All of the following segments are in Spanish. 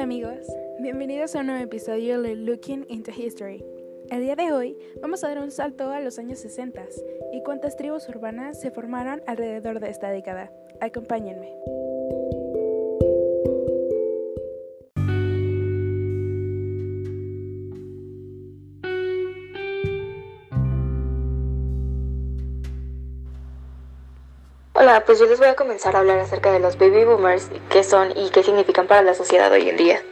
amigos, bienvenidos a un nuevo episodio de Looking into History. El día de hoy vamos a dar un salto a los años 60 y cuántas tribus urbanas se formaron alrededor de esta década. Acompáñenme. Hola, pues yo les voy a comenzar a hablar acerca de los baby boomers, qué son y qué significan para la sociedad hoy en día.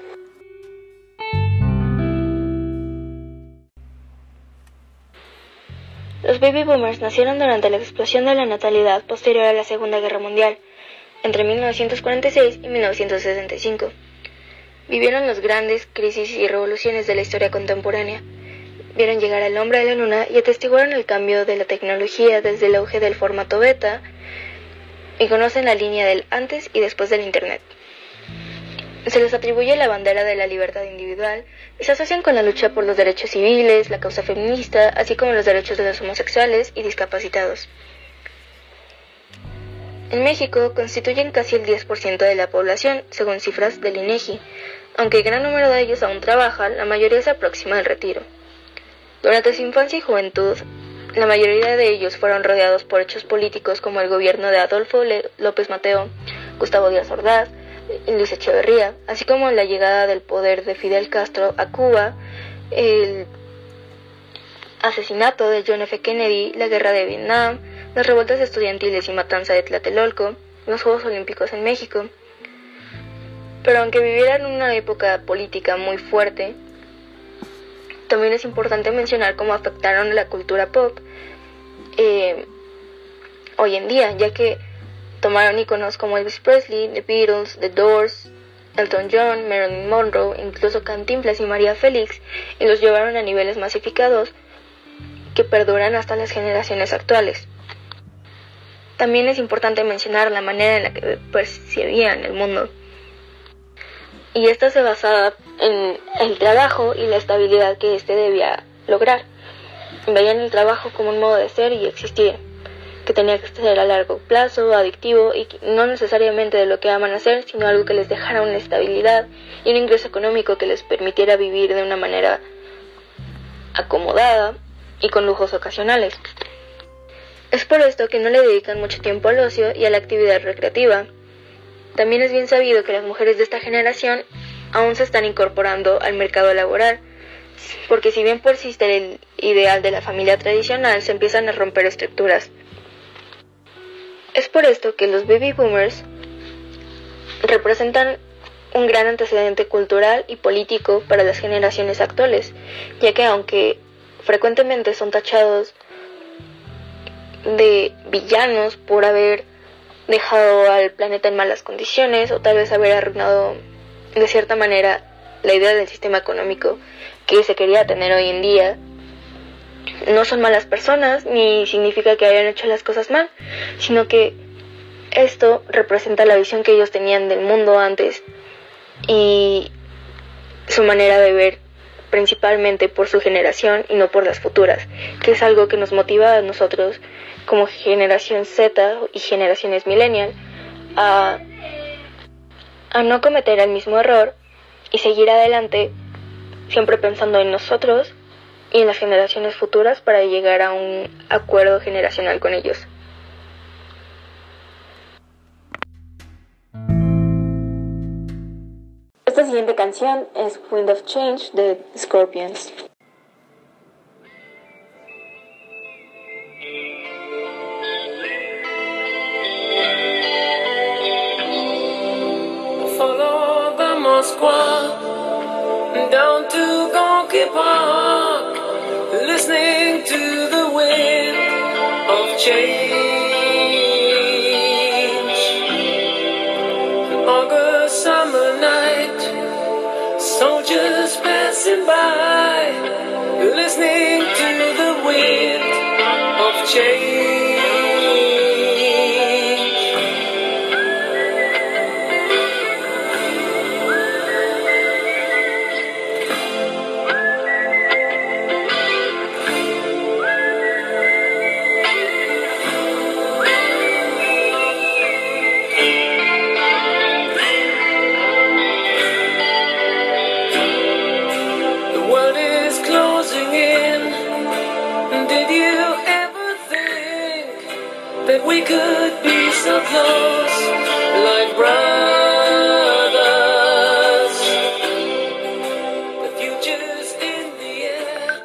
Los baby boomers nacieron durante la explosión de la natalidad posterior a la Segunda Guerra Mundial, entre 1946 y 1965. Vivieron las grandes crisis y revoluciones de la historia contemporánea. Vieron llegar al hombre a la luna y atestiguaron el cambio de la tecnología desde el auge del formato beta y conocen la línea del antes y después del Internet. Se les atribuye la bandera de la libertad individual y se asocian con la lucha por los derechos civiles, la causa feminista, así como los derechos de los homosexuales y discapacitados. En México constituyen casi el 10% de la población, según cifras del INEGI. Aunque el gran número de ellos aún trabaja, la mayoría se aproxima al retiro. Durante su infancia y juventud, la mayoría de ellos fueron rodeados por hechos políticos como el gobierno de Adolfo López Mateo, Gustavo Díaz Ordaz y Luis Echeverría, así como la llegada del poder de Fidel Castro a Cuba, el asesinato de John F. Kennedy, la guerra de Vietnam, las revueltas estudiantiles y matanza de Tlatelolco, los Juegos Olímpicos en México. Pero aunque vivieran una época política muy fuerte, también es importante mencionar cómo afectaron la cultura pop hoy en día, ya que tomaron íconos como Elvis Presley, The Beatles, The Doors, Elton John, Marilyn Monroe, incluso Cantinflas y María Félix, y los llevaron a niveles masificados que perduran hasta las generaciones actuales. También es importante mencionar la manera en la que percibían el mundo. Y esta se basaba en el trabajo y la estabilidad que éste debía lograr. Veían el trabajo como un modo de ser y existir, que tenía que ser a largo plazo, adictivo y no necesariamente de lo que aman hacer, sino algo que les dejara una estabilidad y un ingreso económico que les permitiera vivir de una manera acomodada y con lujos ocasionales. Es por esto que no le dedican mucho tiempo al ocio y a la actividad recreativa. También es bien sabido que las mujeres de esta generación aún se están incorporando al mercado laboral, porque si bien persiste el ideal de la familia tradicional, se empiezan a romper estructuras. Es por esto que los baby boomers representan un gran antecedente cultural y político para las generaciones actuales, ya que aunque frecuentemente son tachados de villanos por haber dejado al planeta en malas condiciones o tal vez haber arruinado de cierta manera la idea del sistema económico que se quería tener hoy en día, no son malas personas ni significa que hayan hecho las cosas mal, sino que esto representa la visión que ellos tenían del mundo antes y su manera de ver principalmente por su generación y no por las futuras, que es algo que nos motiva a nosotros como generación Z y generaciones millennial a no cometer el mismo error y seguir adelante siempre pensando en nosotros y en las generaciones futuras para llegar a un acuerdo generacional con ellos. Esta siguiente canción es Wind of Change de Scorpions. Follow the Moskwa down to Gonky Park, listening to the wind of change. August summer night, soldiers passing by, listening to the wind of change. that we could be so close, like brothers. The future's in the air.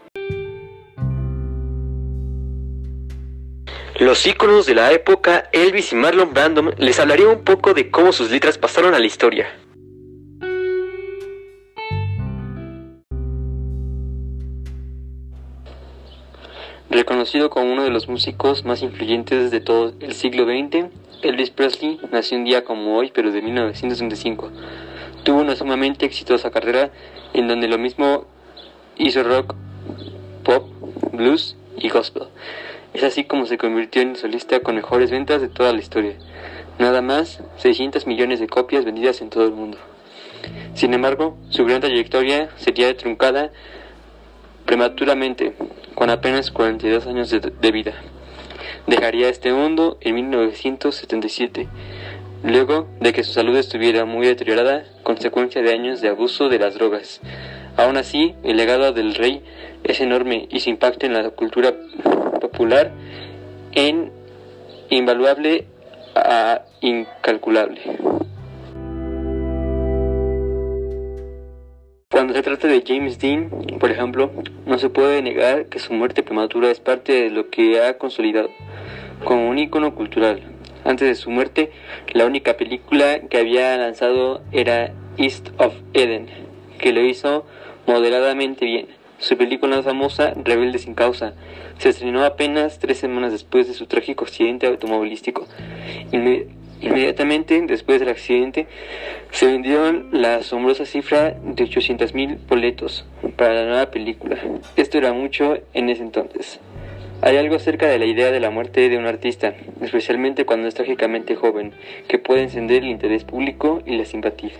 Los íconos de la época, Elvis y Marlon Brando, les hablaría un poco de cómo sus letras pasaron a la historia. Reconocido como uno de los músicos más influyentes de todo el siglo XX, Elvis Presley nació un día como hoy, pero de 1935. Tuvo una sumamente exitosa carrera en donde lo mismo hizo rock, pop, blues y gospel. Es así como se convirtió en el solista con mejores ventas de toda la historia. Nada más, 600 millones de copias vendidas en todo el mundo. Sin embargo, su gran trayectoria sería truncada prematuramente, con apenas 42 años de vida. Dejaría este mundo en 1977, luego de que su salud estuviera muy deteriorada, consecuencia de años de abuso de las drogas. Aún así, el legado del rey es enorme y su impacto en la cultura popular en invaluable a incalculable. Cuando se trata de James Dean, por ejemplo, no se puede negar que su muerte prematura es parte de lo que ha consolidado como un ícono cultural. Antes de su muerte, la única película que había lanzado era East of Eden, que lo hizo moderadamente bien. Su película más famosa, Rebelde sin causa, se estrenó apenas 3 semanas después de su trágico accidente automovilístico. Inmediatamente después del accidente, se vendieron la asombrosa cifra de 800,000 boletos para la nueva película. Esto era mucho en ese entonces. Hay algo acerca de la idea de la muerte de un artista, especialmente cuando es trágicamente joven, que puede encender el interés público y la simpatía.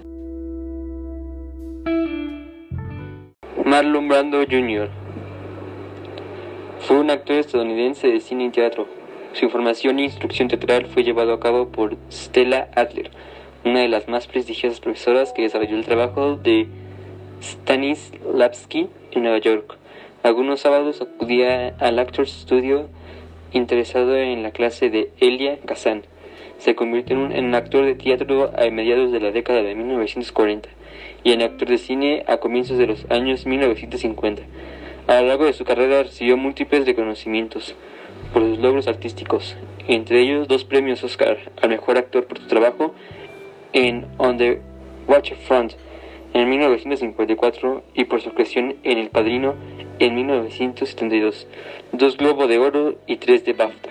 Marlon Brando Jr. fue un actor estadounidense de cine y teatro. Su formación e instrucción teatral fue llevado a cabo por Stella Adler, una de las más prestigiosas profesoras que desarrolló el trabajo de Stanislavski en Nueva York. Algunos sábados acudía al Actors Studio interesado en la clase de Elia Kazan. Se convirtió en un actor de teatro a mediados de la década de 1940 y en actor de cine a comienzos de los años 1950. A lo largo de su carrera recibió múltiples reconocimientos por sus logros artísticos, entre ellos 2 premios Oscar al mejor actor por su trabajo en On the Waterfront en 1954 y por su actuación en El Padrino en 1972, 2 Globo de Oro y 3 de BAFTA.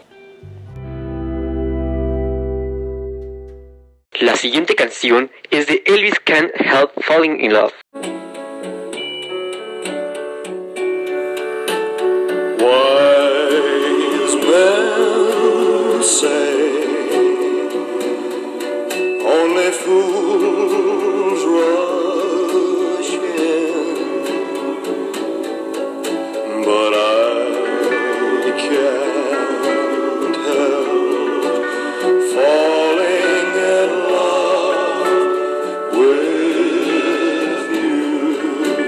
La siguiente canción es de Elvis Can't Help Falling in Love. Wise men say only fools rush in, but I can't help falling in love with you.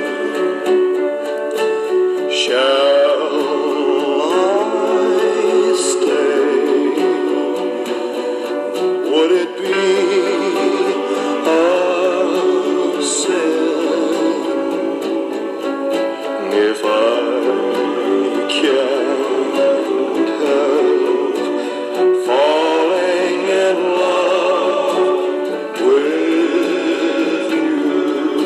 Would it be a sin if I can't help falling in love with you?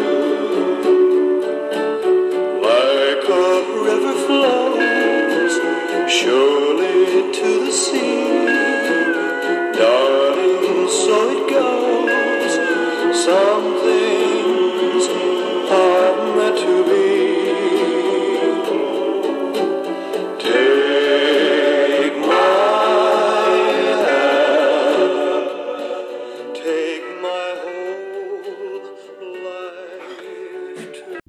Like a river flows surely to the sea, darling, so it goes. Some things are meant to be. Take my hand, take my whole life too.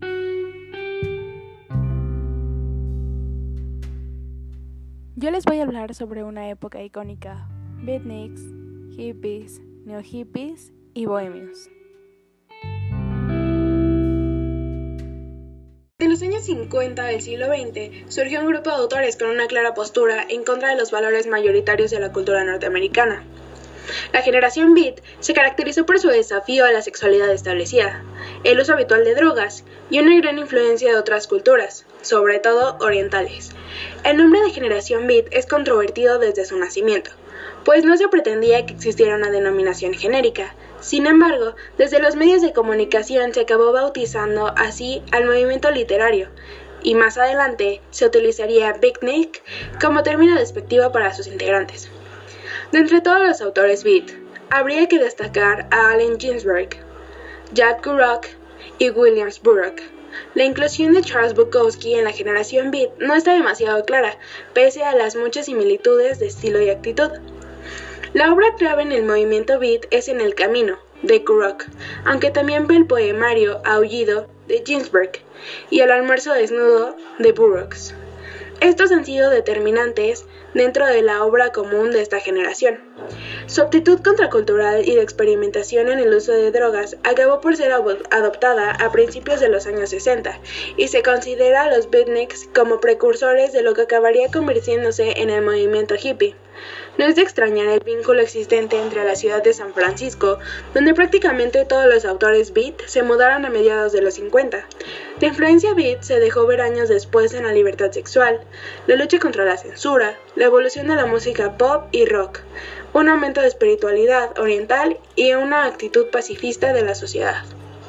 Yo les voy a hablar sobre una época icónica: beatniks, hippies, neo-hippies y bohemios. En los los años 50 del siglo XX surgió un grupo de autores con una clara postura en contra de los valores mayoritarios de la cultura norteamericana. La generación Beat se caracterizó por su desafío a la sexualidad establecida, el uso habitual de drogas y una gran influencia de otras culturas, sobre todo orientales. El nombre de generación Beat es controvertido desde su nacimiento, pues no se pretendía que existiera una denominación genérica. Sin embargo, desde los medios de comunicación se acabó bautizando así al movimiento literario, y más adelante se utilizaría beatnik como término despectivo para sus integrantes. De entre todos los autores beat, habría que destacar a Allen Ginsberg, Jack Kerouac y William Burroughs. La inclusión de Charles Bukowski en la generación beat no está demasiado clara, pese a las muchas similitudes de estilo y actitud. La obra clave en el movimiento beat es En el camino, de Kerouac, aunque también ve el poemario Aullido, de Ginsberg, y El almuerzo desnudo, de Burroughs. Estos han sido determinantes dentro de la obra común de esta generación. Su actitud contracultural y de experimentación en el uso de drogas acabó por ser adoptada a principios de los años 60 y se considera a los beatniks como precursores de lo que acabaría convirtiéndose en el movimiento hippie. No es de extrañar el vínculo existente entre la ciudad de San Francisco, donde prácticamente todos los autores beat se mudaron a mediados de los 50. La influencia beat se dejó ver años después en la libertad sexual, la lucha contra la censura, la evolución de la música pop y rock, un aumento de espiritualidad oriental y una actitud pacifista de la sociedad.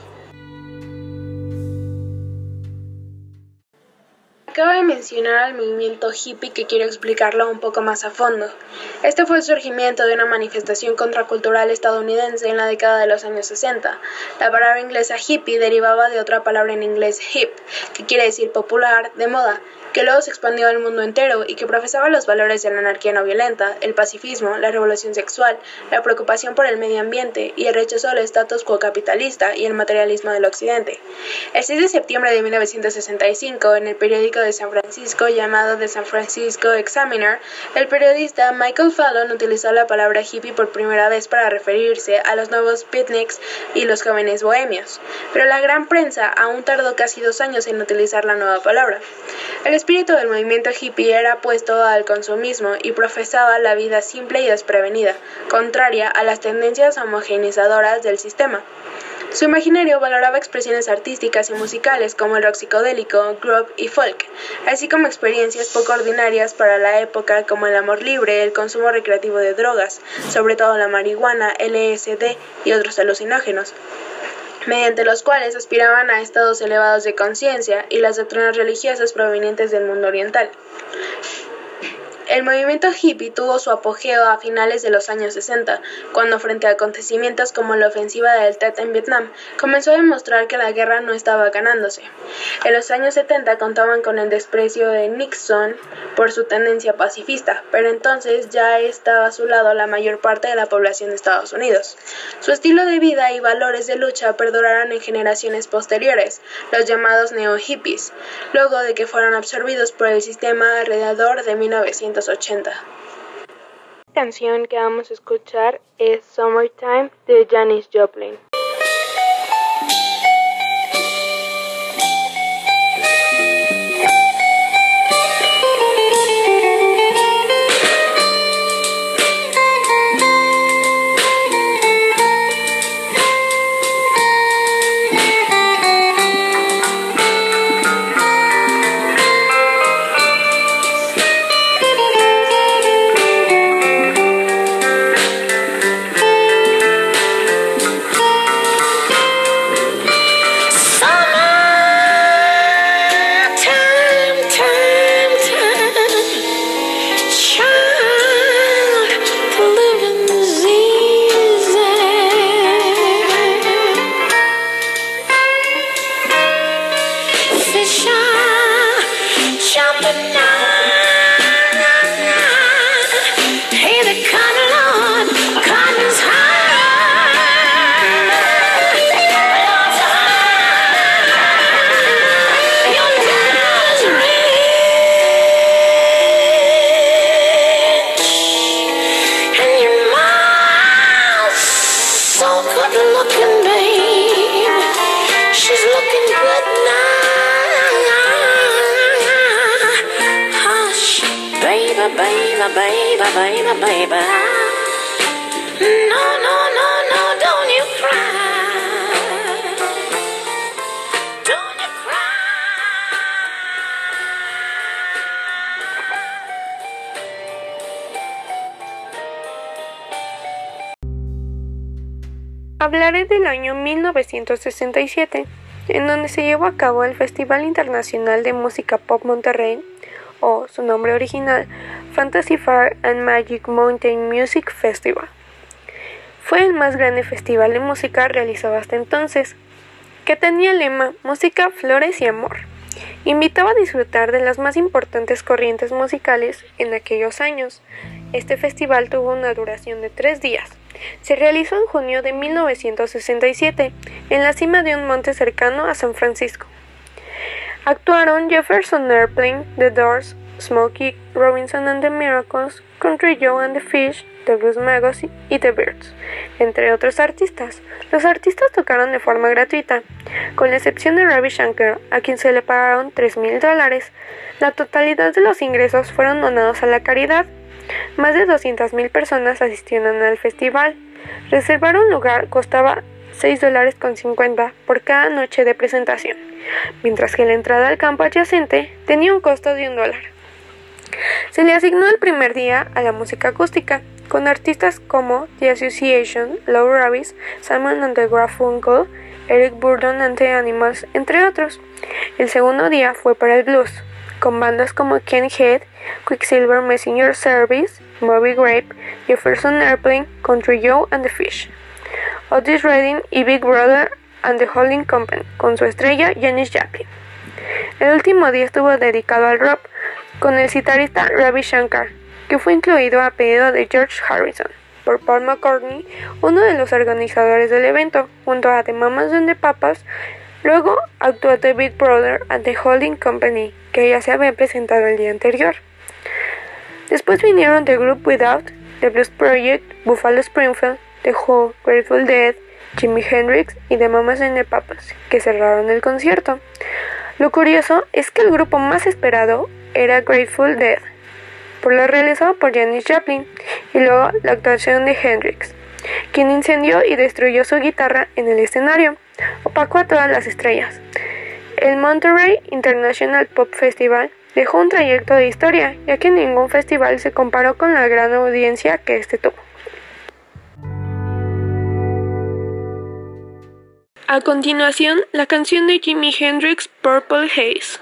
Acabo de mencionar al movimiento hippie que quiero explicarlo un poco más a fondo. Este fue el surgimiento de una manifestación contracultural estadounidense en la década de los años 60. La palabra inglesa hippie derivaba de otra palabra en inglés hip, que quiere decir popular, de moda, que luego se expandió al mundo entero y que profesaba los valores de la anarquía no violenta, el pacifismo, la revolución sexual, la preocupación por el medio ambiente y el rechazo al status quo capitalista y el materialismo del occidente. El 6 de septiembre de 1965, en el periódico de San Francisco llamado The San Francisco Examiner, el periodista Michael Fallon utilizó la palabra hippie por primera vez para referirse a los nuevos beatniks y los jóvenes bohemios, pero la gran prensa aún tardó casi 2 años en utilizar la nueva palabra. El espíritu del movimiento hippie era opuesto al consumismo y profesaba la vida simple y desprevenida, contraria a las tendencias homogeneizadoras del sistema. Su imaginario valoraba expresiones artísticas y musicales como el rock psicodélico, groove y folk, así como experiencias poco ordinarias para la época como el amor libre, el consumo recreativo de drogas, sobre todo la marihuana, LSD y otros alucinógenos, mediante los cuales aspiraban a estados elevados de conciencia y las doctrinas religiosas provenientes del mundo oriental. El movimiento hippie tuvo su apogeo a finales de los años 60, cuando frente a acontecimientos como la ofensiva del Tet en Vietnam, comenzó a demostrar que la guerra no estaba ganándose. En los años 70 contaban con el desprecio de Nixon por su tendencia pacifista, pero entonces ya estaba a su lado la mayor parte de la población de Estados Unidos. Su estilo de vida y valores de lucha perduraron en generaciones posteriores, los llamados neo-hippies, luego de que fueron absorbidos por el sistema alrededor de 1980. La canción que vamos a escuchar es Summertime de Janis Joplin. baby, baby, baby, baby, baby. No, no, no, no, don't you cry. Don't you cry. Hablaré del año 1967, en donde se llevó a cabo el Festival Internacional de Música Pop Monterrey, o su nombre original, Fantasy Fair and Magic Mountain Music Festival. Fue el más grande festival de música realizado hasta entonces, que tenía el lema Música, Flores y Amor. Invitaba a disfrutar de las más importantes corrientes musicales en aquellos años. Este festival tuvo una duración de 3 días. Se realizó en junio de 1967, en la cima de un monte cercano a San Francisco. Actuaron Jefferson Airplane, The Doors, Smokey Robinson and the Miracles, Country Joe and the Fish, The Blues Magazine y The Byrds, entre otros artistas. Los artistas tocaron de forma gratuita, con la excepción de Ravi Shankar, a quien se le pagaron $3,000. La totalidad de los ingresos fueron donados a la caridad. Más de 200,000 personas asistieron al festival. Reservar un lugar costaba $6.50 por cada noche de presentación, mientras que la entrada al campo adyacente tenía un costo de $1. Se le asignó el primer día a la música acústica, con artistas como The Association, Lou Rawls, Simon and the Garfunkel, Eric Burdon and the Animals, entre otros. El segundo día fue para el blues, con bandas como Ken Head, Quicksilver Messenger Service, Moby Grape, Jefferson Airplane, Country Joe and the Fish, Otis Redding y Big Brother and the Holding Company, con su estrella Janis Joplin. El último día estuvo dedicado al rock, con el citarista Ravi Shankar, que fue incluido a pedido de George Harrison por Paul McCartney, uno de los organizadores del evento, junto a The Mamas and the Papas. Luego actuó The Big Brother and the Holding Company, que ya se había presentado el día anterior. Después vinieron The Group Without, The Blues Project, Buffalo Springfield, The Who, Grateful Dead, Jimi Hendrix y The Mamas and the Papas, que cerraron el concierto. Lo curioso es que el grupo más esperado era Grateful Dead, por lo realizado por Janis Joplin, y luego la actuación de Hendrix, quien incendió y destruyó su guitarra en el escenario, opacó a todas las estrellas. El Monterrey International Pop Festival dejó un trayecto de historia, ya que ningún festival se comparó con la gran audiencia que este tuvo. A continuación, la canción de Jimi Hendrix, Purple Haze.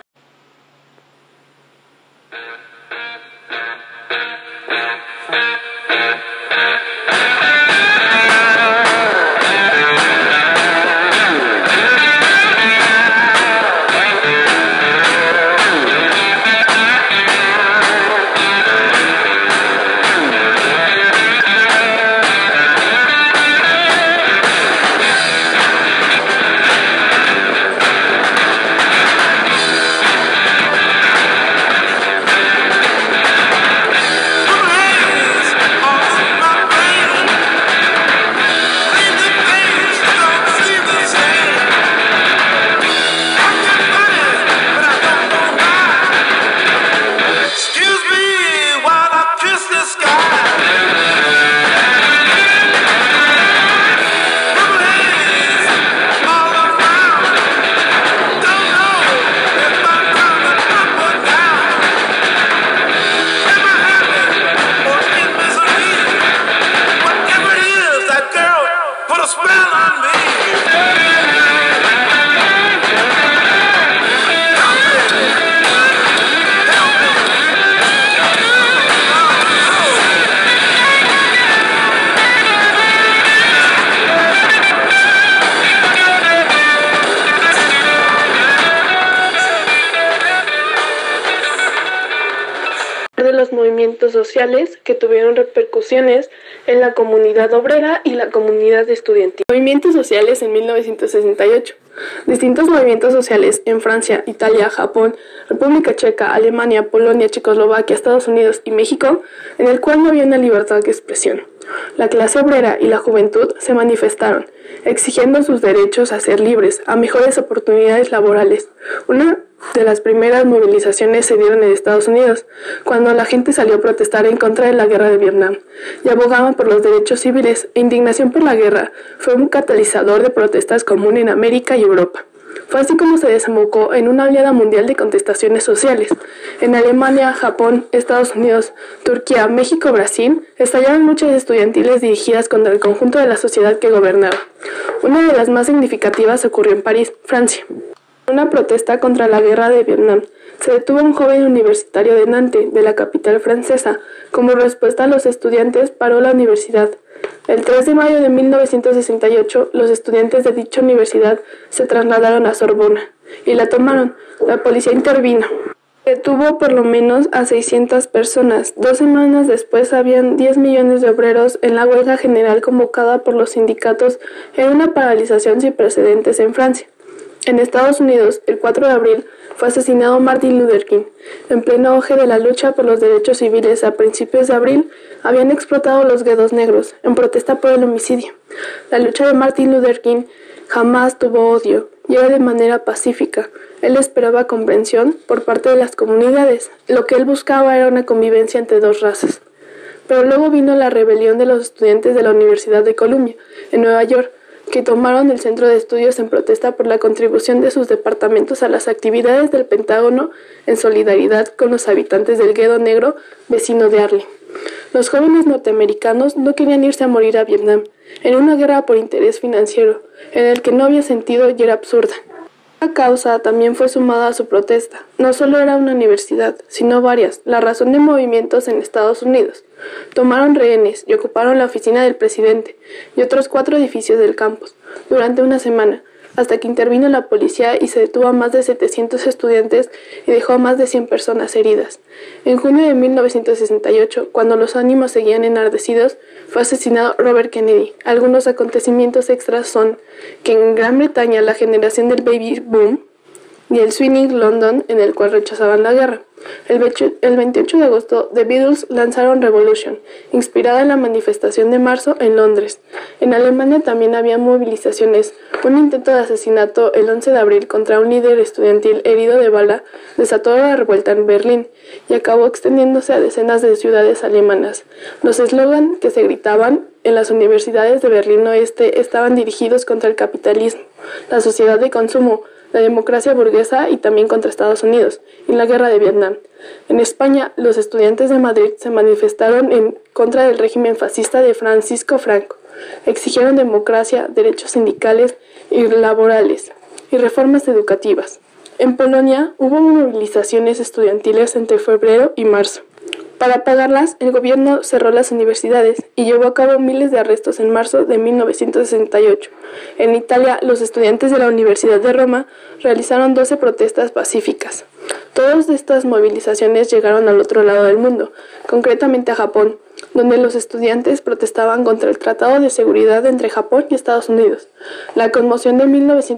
De los movimientos sociales que tuvieron repercusiones en la comunidad obrera y la comunidad estudiantil. Movimientos sociales en 1968. Distintos movimientos sociales en Francia, Italia, Japón, República Checa, Alemania, Polonia, Checoslovaquia, Estados Unidos y México, en el cual no había una libertad de expresión. La clase obrera y la juventud se manifestaron, exigiendo sus derechos a ser libres, a mejores oportunidades laborales, una de las primeras movilizaciones se dieron en Estados Unidos, cuando la gente salió a protestar en contra de la guerra de Vietnam y abogaban por los derechos civiles, e indignación por la guerra fue un catalizador de protestas común en América y Europa. Fue así como se desembocó en una oleada mundial de contestaciones sociales. En Alemania, Japón, Estados Unidos, Turquía, México, Brasil, estallaron luchas estudiantiles dirigidas contra el conjunto de la sociedad que gobernaba. Una de las más significativas ocurrió en París, Francia. Una protesta contra la guerra de Vietnam. Se detuvo a un joven universitario de Nantes, de la capital francesa. Como respuesta, los estudiantes paró la universidad. El 3 de mayo de 1968, los estudiantes de dicha universidad se trasladaron a Sorbona y la tomaron. La policía intervino. Detuvo por lo menos a 600 personas. 2 semanas después habían 10 millones de obreros en la huelga general convocada por los sindicatos en una paralización sin precedentes en Francia. En Estados Unidos, el 4 de abril, fue asesinado Martin Luther King. En pleno auge de la lucha por los derechos civiles a principios de abril, habían explotado los guetos negros, en protesta por el homicidio. La lucha de Martin Luther King jamás tuvo odio, y era de manera pacífica. Él esperaba comprensión por parte de las comunidades. Lo que él buscaba era una convivencia entre dos razas. Pero luego vino la rebelión de los estudiantes de la Universidad de Columbia, en Nueva York, que tomaron el centro de estudios en protesta por la contribución de sus departamentos a las actividades del Pentágono en solidaridad con los habitantes del gueto negro vecino de Arlington. Los jóvenes norteamericanos no querían irse a morir a Vietnam, en una guerra por interés financiero, en el que no había sentido y era absurda. La causa también fue sumada a su protesta. No solo era una universidad, sino varias, la razón de movimientos en Estados Unidos. Tomaron rehenes y ocuparon la oficina del presidente y otros 4 edificios del campus durante una semana, hasta que intervino la policía y se detuvo a más de 700 estudiantes y dejó a más de 100 personas heridas. En junio de 1968, cuando los ánimos seguían enardecidos, fue asesinado Robert Kennedy. Algunos acontecimientos extras son que en Gran Bretaña la generación del baby boom y el Swinging London, en el cual rechazaban la guerra. El 28 de agosto, The Beatles lanzaron Revolution, inspirada en la manifestación de marzo en Londres. En Alemania también había movilizaciones. Un intento de asesinato el 11 de abril contra un líder estudiantil herido de bala desató la revuelta en Berlín y acabó extendiéndose a decenas de ciudades alemanas. Los eslogans que se gritaban en las universidades de Berlín Oeste estaban dirigidos contra el capitalismo, la sociedad de consumo, la democracia burguesa y también contra Estados Unidos, y la guerra de Vietnam. En España, los estudiantes de Madrid se manifestaron en contra del régimen fascista de Francisco Franco. Exigieron democracia, derechos sindicales y laborales, y reformas educativas. En Polonia hubo movilizaciones estudiantiles entre febrero y marzo. Para pagarlas, el gobierno cerró las universidades y llevó a cabo miles de arrestos en marzo de 1968. En Italia, los estudiantes de la Universidad de Roma realizaron 12 protestas pacíficas. Todas estas movilizaciones llegaron al otro lado del mundo, concretamente a Japón, donde los estudiantes protestaban contra el Tratado de Seguridad entre Japón y Estados Unidos. La conmoción de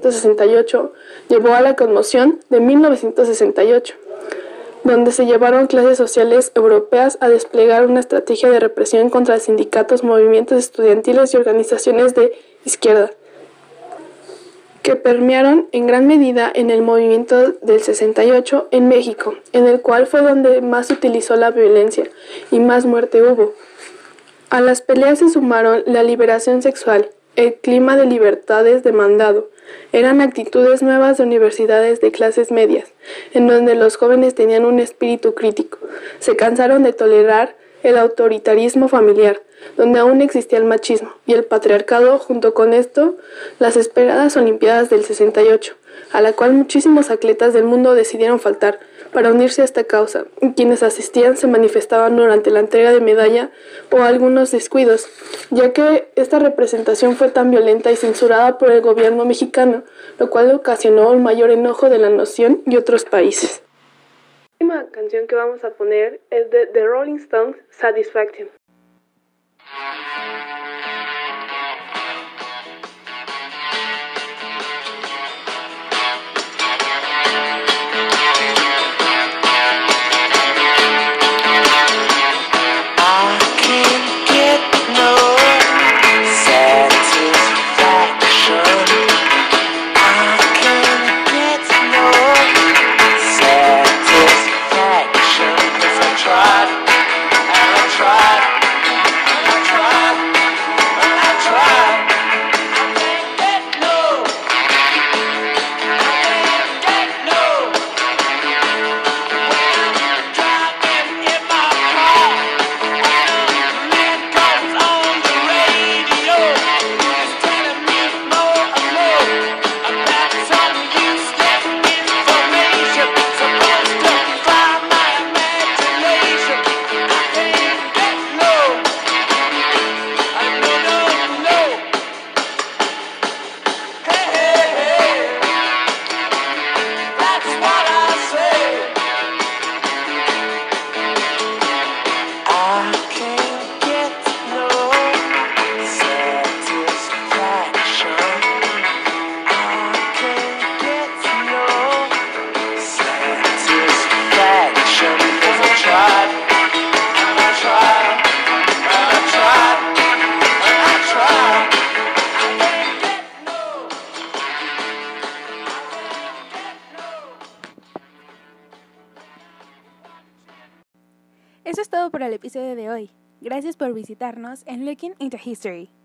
1968 llevó a la conmoción de 1968. Donde se llevaron clases sociales europeas a desplegar una estrategia de represión contra sindicatos, movimientos estudiantiles y organizaciones de izquierda, que permearon en gran medida en el movimiento del 68 en México, en el cual fue donde más se utilizó la violencia y más muerte hubo. A las peleas se sumaron la liberación sexual, el clima de libertades demandado. Eran actitudes nuevas de universidades de clases medias, en donde los jóvenes tenían un espíritu crítico. Se cansaron de tolerar el autoritarismo familiar, donde aún existía el machismo y el patriarcado. Junto con esto, las esperadas Olimpiadas del 68, a la cual muchísimos atletas del mundo decidieron faltar para unirse a esta causa, y quienes asistían se manifestaban durante la entrega de medalla o algunos descuidos, ya que esta representación fue tan violenta y censurada por el gobierno mexicano, lo cual ocasionó el mayor enojo de la nación y otros países. La última canción que vamos a poner es de The Rolling Stones, Satisfaction. por el episodio de hoy. Gracias por visitarnos en Looking into History.